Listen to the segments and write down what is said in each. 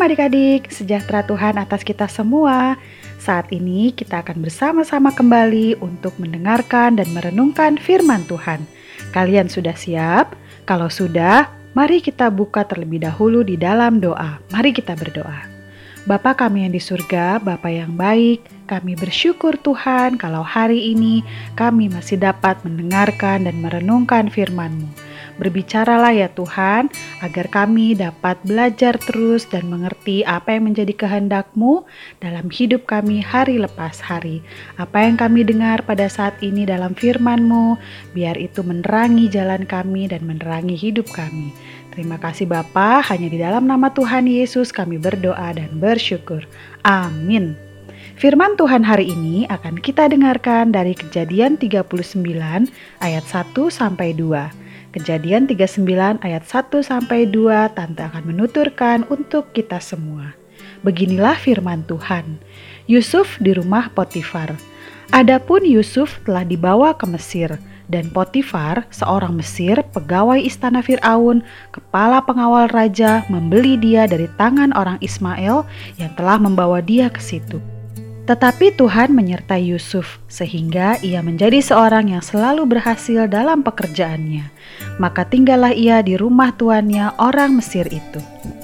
adik-adik, sejahtera Tuhan atas kita semua. Saat ini kita akan bersama-sama kembali untuk mendengarkan dan merenungkan firman Tuhan. Kalian sudah siap? Kalau sudah, mari kita buka terlebih dahulu di dalam doa. Mari kita berdoa. Bapa kami yang di surga, Bapa yang baik, kami bersyukur Tuhan kalau hari ini kami masih dapat mendengarkan dan merenungkan firman-Mu. Berbicaralah ya Tuhan, agar kami dapat belajar terus dan mengerti apa yang menjadi kehendak-Mu dalam hidup kami hari lepas hari. Apa yang kami dengar pada saat ini dalam firman-Mu, biar itu menerangi jalan kami dan menerangi hidup kami. Terima kasih Bapa, hanya di dalam nama Tuhan Yesus kami berdoa dan bersyukur. Amin. Firman Tuhan hari ini akan kita dengarkan dari Kejadian 39 ayat 1-2. Kejadian 39 ayat 1-2, Tante akan menuturkan untuk kita semua. Beginilah firman Tuhan. Yusuf di rumah Potifar. Adapun Yusuf telah dibawa ke Mesir, dan Potifar, seorang Mesir, pegawai istana Firaun, kepala pengawal raja, membeli dia dari tangan orang Ismail yang telah membawa dia ke situ. Tetapi Tuhan menyertai Yusuf, sehingga ia menjadi seorang yang selalu berhasil dalam pekerjaannya. Maka tinggallah ia di rumah tuannya orang Mesir itu.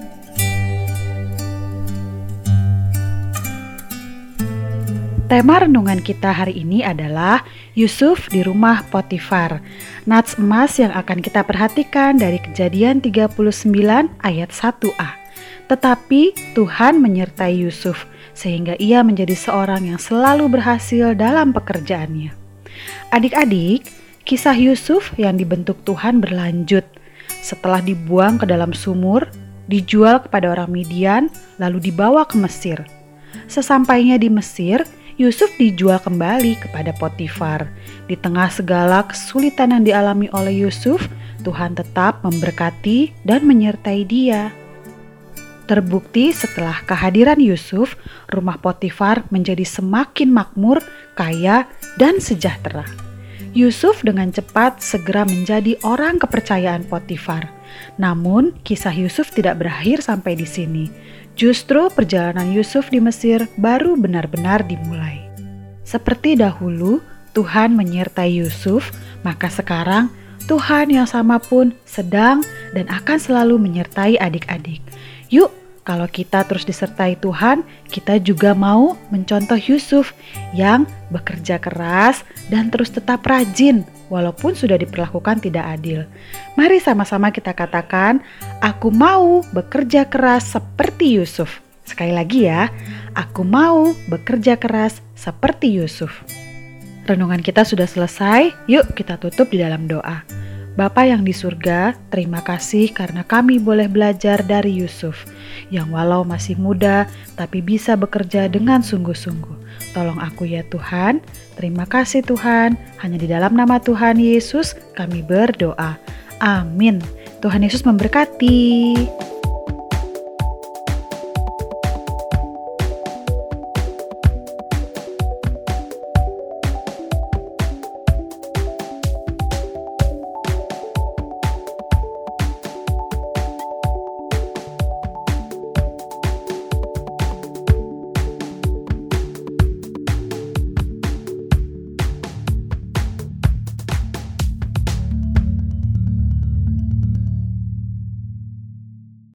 Tema renungan kita hari ini adalah Yusuf di rumah Potifar. Nats emas yang akan kita perhatikan dari Kejadian 39 ayat 1a. Tetapi Tuhan menyertai Yusuf, sehingga ia menjadi seorang yang selalu berhasil dalam pekerjaannya. Adik-adik, kisah Yusuf yang dibentuk Tuhan berlanjut. Setelah dibuang ke dalam sumur, dijual kepada orang Midian, lalu dibawa ke Mesir. Sesampainya di Mesir, Yusuf dijual kembali kepada Potifar. Di tengah segala kesulitan yang dialami oleh Yusuf, Tuhan tetap memberkati dan menyertai dia. Terbukti setelah kehadiran Yusuf, rumah Potifar menjadi semakin makmur, kaya, dan sejahtera. Yusuf dengan cepat segera menjadi orang kepercayaan Potifar. Namun, kisah Yusuf tidak berakhir sampai di sini. Justru perjalanan Yusuf di Mesir baru benar-benar dimulai. Seperti dahulu, Tuhan menyertai Yusuf, maka sekarang Tuhan yang sama pun sedang dan akan selalu menyertai adik-adik. Yuk, kalau kita terus disertai Tuhan, kita juga mau mencontoh Yusuf yang bekerja keras dan terus tetap rajin walaupun sudah diperlakukan tidak adil. Mari sama-sama kita katakan, aku mau bekerja keras seperti Yusuf. Sekali lagi ya, aku mau bekerja keras seperti Yusuf. Renungan kita sudah selesai, yuk kita tutup di dalam doa. Bapa yang di surga, terima kasih karena kami boleh belajar dari Yusuf, yang walau masih muda, tapi bisa bekerja dengan sungguh-sungguh. Tolong aku ya Tuhan, terima kasih Tuhan, hanya di dalam nama Tuhan Yesus kami berdoa. Amin. Tuhan Yesus memberkati.